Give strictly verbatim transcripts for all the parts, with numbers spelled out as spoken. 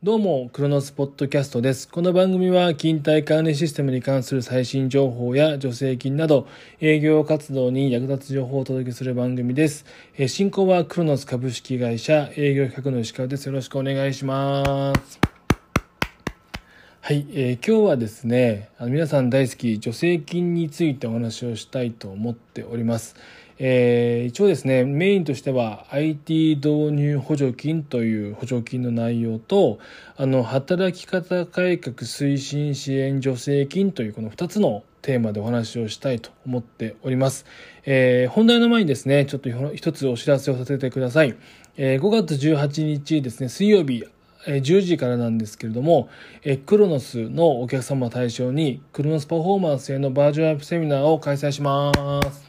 どうも、クロノスポッドキャストです。この番組は、勤怠管理システムに関する最新情報や助成金など、営業活動に役立つ情報をお届けする番組です。えー進行は、クロノス株式会社営業企画の石川です。よろしくお願いします。はい、えー今日はですね、あの皆さん大好き助成金についてお話をしたいと思っております。えー一応ですね、メインとしては アイティー 導入補助金という補助金の内容と、あの働き方改革推進支援助成金というこのふたつのテーマでお話をしたいと思っております。えー本題の前にですね、ちょっと一つお知らせをさせてください。えーごがつじゅうはちにちですね、水曜日じゅうじからなんですけれども、クロノスのお客様を対象にクロノスパフォーマンスへのバージョンアップセミナーを開催します。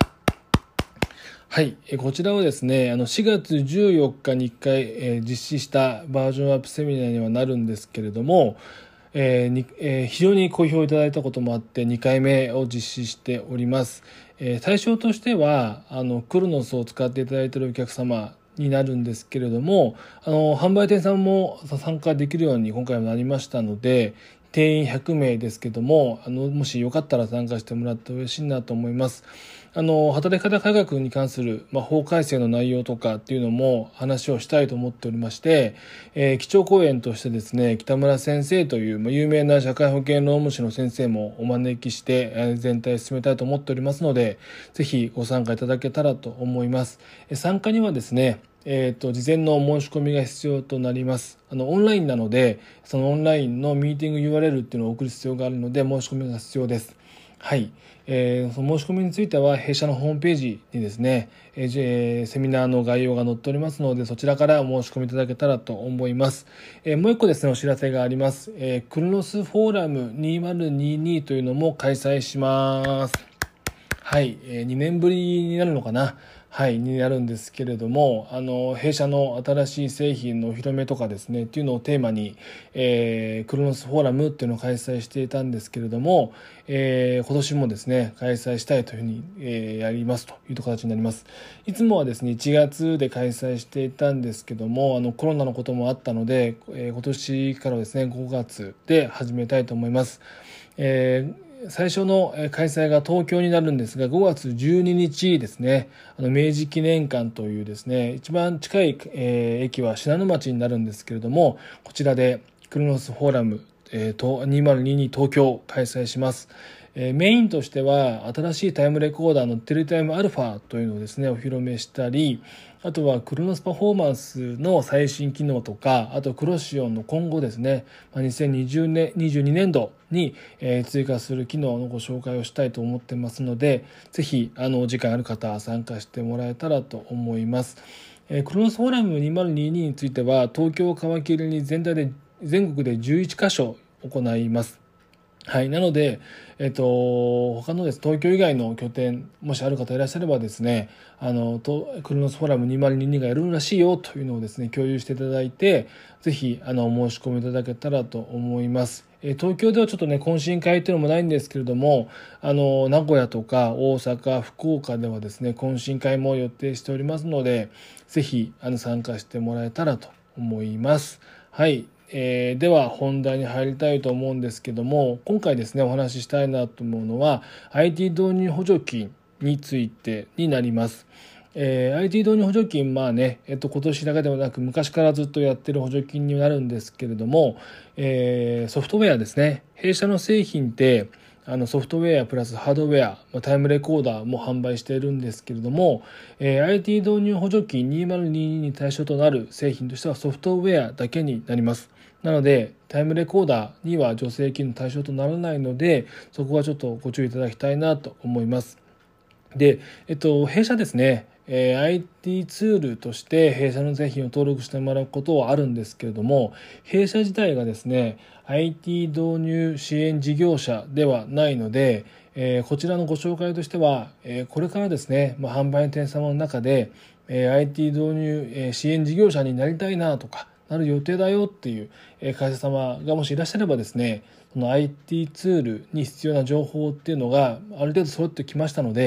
はい、こちらはですね、あのしがつじゅうよっかにいっかい、えー実施したバージョンアップセミナーにはなるんですけれども、えーにえー非常に好評いただいたこともあってにかいめを実施しております。えー対象としてはあのクロノスを使っていただいているお客様になるんですけれども、あの販売店さんも参加できるように今回はなりましたので、定員ひゃくめいですけども、あのもしよかったら参加してもらって嬉しいなと思います。あの働き方改革に関する、まあ、法改正の内容とかっていうのも話をしたいと思っておりまして、えー基調講演としてですね、北村先生という、まあ、有名な社会保険労務士の先生もお招きして、えー全体進めたいと思っておりますので、ぜひご参加いただけたらと思います。えー参加にはですね、えー、と事前の申し込みが必要となります。あのオンラインなので、そのオンラインのミーティング ユーアールエル っていうのを送る必要があるので、申し込みが必要です。はい、えー、その申し込みについては弊社のホームページにですね、えーえーセミナーの概要が載っておりますので、そちらからお申し込みいただけたらと思います。えーもう一個ですね、お知らせがあります。えークロノスフォーラムにせんにじゅうにというのも開催します。はい、えーにねんぶりになるのかな、はい、になるんですけれども、あの弊社の新しい製品のお披露目とかですねっていうのをテーマに、えークロノスフォーラムっていうのを開催していたんですけれども、えー今年もですね開催したいというふうに、えーやりますという形になります。いつもはですねいちがつで開催していたんですけども、あのコロナのこともあったので、えー今年からですねごがつで始めたいと思います。えー最初の開催が東京になるんですが、ごがつじゅうににちですね、あの明治記念館というですね一番近い、えー駅は信濃町になるんですけれども、こちらでクロノスフォーラム、えー、とにせんにじゅうに東京開催します。えーメインとしては新しいタイムレコーダーのテレタイムアルファというのをですねお披露目したり、あとはクロノスパフォーマンスの最新機能とか、あとクロシオンの今後ですねにせんにじゅうねんにじゅうにねんどに追加する機能のご紹介をしたいと思ってますので、ぜひあのお時間ある方は参加してもらえたらと思います。えークロノスフォーラムにせんにじゅうにについては東京を皮切りに全体で全国でじゅういっかしょ行います。はい、なので、えっと、他のです、東京以外の拠点、もしある方いらっしゃればですね、あの、とクロノスフォーラムにせんにじゅうにがやるらしいよというのをですね、共有していただいて、ぜひ、あの、お申し込みいただけたらと思います。え東京ではちょっとね、懇親会っていうのもないんですけれども、あの、名古屋とか大阪、福岡ではですね、懇親会も予定しておりますので、ぜひ、あの、参加してもらえたらと思います。はい。えーでは本題に入りたいと思うんですけども、今回ですねお話ししたいなと思うのは アイティー 導入補助金についてになります。えー アイティー 導入補助金、まあね、えっと、今年だけではなく昔からずっとやってる補助金になるんですけれども、えーソフトウェアですね、弊社の製品ってあのソフトウェアプラスハードウェア、タイムレコーダーも販売しているんですけれども、えー アイティー 導入補助金にせんにじゅうにに対象となる製品としてはソフトウェアだけになります。なのでタイムレコーダーには助成金の対象とならないので、そこはちょっとご注意いただきたいなと思います。で、えっと、弊社ですね、えー アイティー ツールとして弊社の製品を登録してもらうことはあるんですけれども、弊社自体がですね アイティー 導入支援事業者ではないので、えーこちらのご紹介としては、えーこれからですね、まあ、販売店様の中で、えー アイティー 導入、えー支援事業者になりたいなとかなる予定だよっていう会社様がもしいらっしゃればですね、その アイティー ツールに必要な情報っていうのがある程度揃ってきましたので、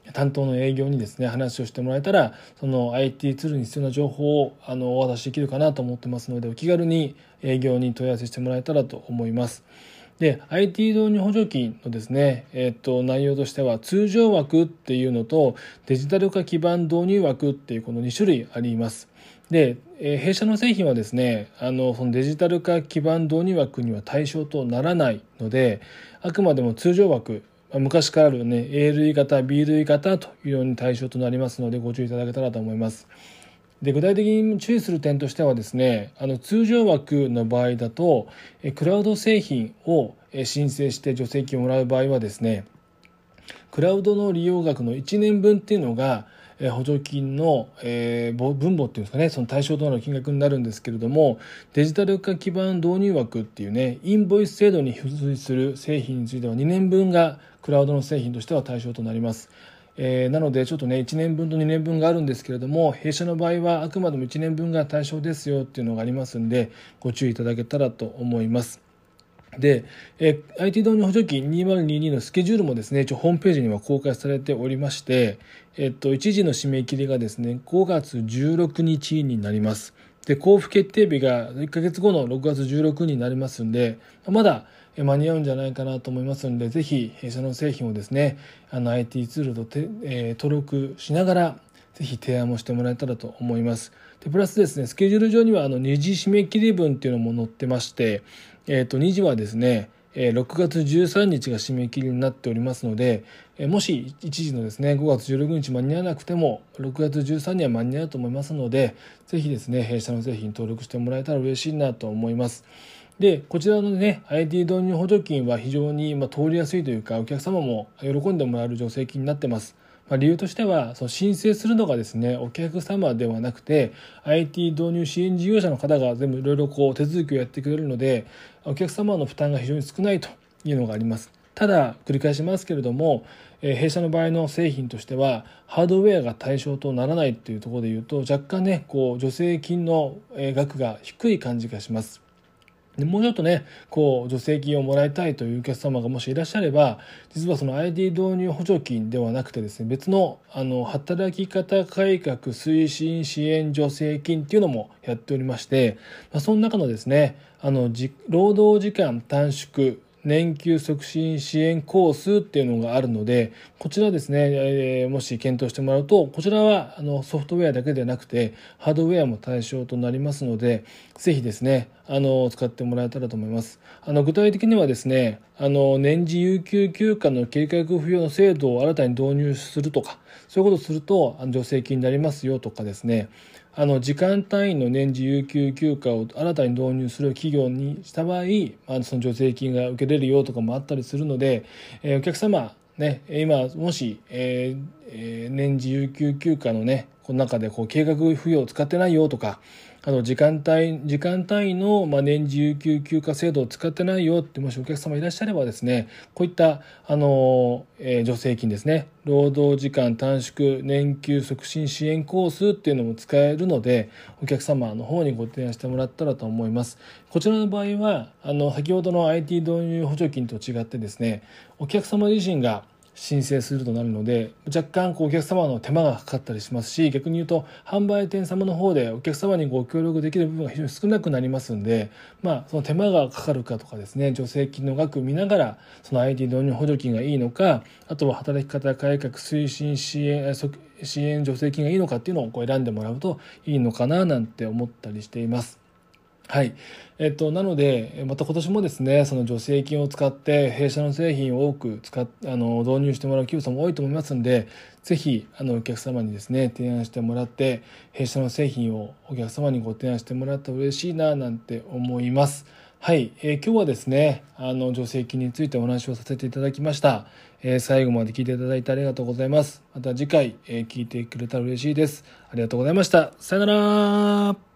担当の営業にですね話をしてもらえたら、その アイティー ツールに必要な情報をあのお渡しできるかなと思ってますので、お気軽に営業に問い合わせしてもらえたらと思います。で アイティー 導入補助金のですね、えー、と内容としては、通常枠っていうのとデジタル化基盤導入枠っていうこのに種類あります。で、えー、弊社の製品はですね、あのそのデジタル化基盤導入枠には対象とならないので、あくまでも通常枠、昔からあるね エー 類型 ビー 類型というように対象となりますので、ご注意いただけたらと思います。で具体的に注意する点としてはですね、あの通常枠の場合だとクラウド製品を申請して助成金をもらう場合はですね、クラウドの利用額のいちねんぶんっていうのが補助金の分母っていうんですかね、その対象となる金額になるんですけれども、デジタル化基盤導入枠っていうねインボイス制度に付随する製品についてはにねんぶんがクラウドの製品としては対象となります。えー、なのでちょっとねいちねんぶんとにねんぶんがあるんですけれども、弊社の場合はあくまでもいちねんぶんが対象ですよっていうのがありますんで、ご注意いただけたらと思います。で、えー、アイティー 導入補助金にせんにじゅうにのスケジュールもですね、一応ホームページには公開されておりまして、えっと、一時の締め切りがですねごがつじゅうろくにちになります。で交付決定日がいっかげつごのろくがつじゅうろくにちになりますんで、まだ間に合うんじゃないかなと思いますので、ぜひ弊社の製品をですね、あの アイティー ツールとて、えー、登録しながらぜひ提案もしてもらえたらと思います。でプラスですね、スケジュール上にはあの二次締め切り分っていうのも載ってまして、えー、とに次はですねろくがつじゅうさんにちが締め切りになっておりますので、もし一時のですねごがつじゅうろくにち間に合わなくてもろくがつじゅうさんにちには間に合うと思いますので、ぜひですね弊社の製品登録してもらえたら嬉しいなと思います。でこちらのね アイティー 導入補助金は非常にまあ通りやすいというか、お客様も喜んでもらえる助成金になってます。まあ、理由としては、その申請するのがですねお客様ではなくて アイティー 導入支援事業者の方が全部いろいろこう手続きをやってくれるので、お客様の負担が非常に少ないというのがあります。ただ繰り返しますけれども、えー、弊社の場合の製品としてはハードウェアが対象とならないというところでいうと、若干ねこう助成金の額が低い感じがします。でもうちょっとねこう助成金をもらいたいというお客様がもしいらっしゃれば、実はその アイティー 導入補助金ではなくてですね、別のあの働き方改革推進支援助成金っていうのもやっておりまして、まあ、その中のですねあのじ労働時間短縮年休促進支援コースっていうのがあるので、こちらですね、えー、もし検討してもらうと、こちらはあのソフトウェアだけでなくてハードウェアも対象となりますので、ぜひですねあの使ってもらえたらと思います。あの具体的にはですね、あの年次有給休暇の計画付与の制度を新たに導入するとか、そういうことをするとあの助成金になりますよとかですね、あの時間単位の年次有給休暇を新たに導入する企業にした場合、あのその助成金が受けれるよとかもあったりするので、えー、お客様ね、今もし、えーえー、年次有給休暇のねこの中でこう計画付与を使ってないよとか、あの時間帯時間単位の、まあ、年次有給休暇制度を使ってないよってもしお客様いらっしゃればですね、こういったあの、えー、助成金ですね、労働時間短縮年休促進支援コースっていうのも使えるので、お客様の方にご提案してもらったらと思います。こちらの場合はあの先ほどの アイティー 導入補助金と違ってですね、お客様自身が申請するとなるので、若干こうお客様の手間がかかったりしますし、逆に言うと販売店様の方でお客様にご協力できる部分が非常に少なくなりますんで、まあその手間がかかるかとかですね、助成金の額見ながらその アイティー 導入補助金がいいのか、あとは働き方改革推進支援支援助成金がいいのかっていうのをこう選んでもらうといいのかななんて思ったりしています。はい、えっと、なのでまた今年もですねその助成金を使って弊社の製品を多く使っあの導入してもらう企業さんも多いと思いますので、ぜひあのお客様にですね提案してもらって弊社の製品をお客様にご提案してもらったら嬉しいななんて思います。はい、えー、今日はですねあの助成金についてお話をさせていただきました。えー、最後まで聞いていただいてありがとうございます。また次回、えー、聞いてくれたら嬉しいです。ありがとうございました。さよなら。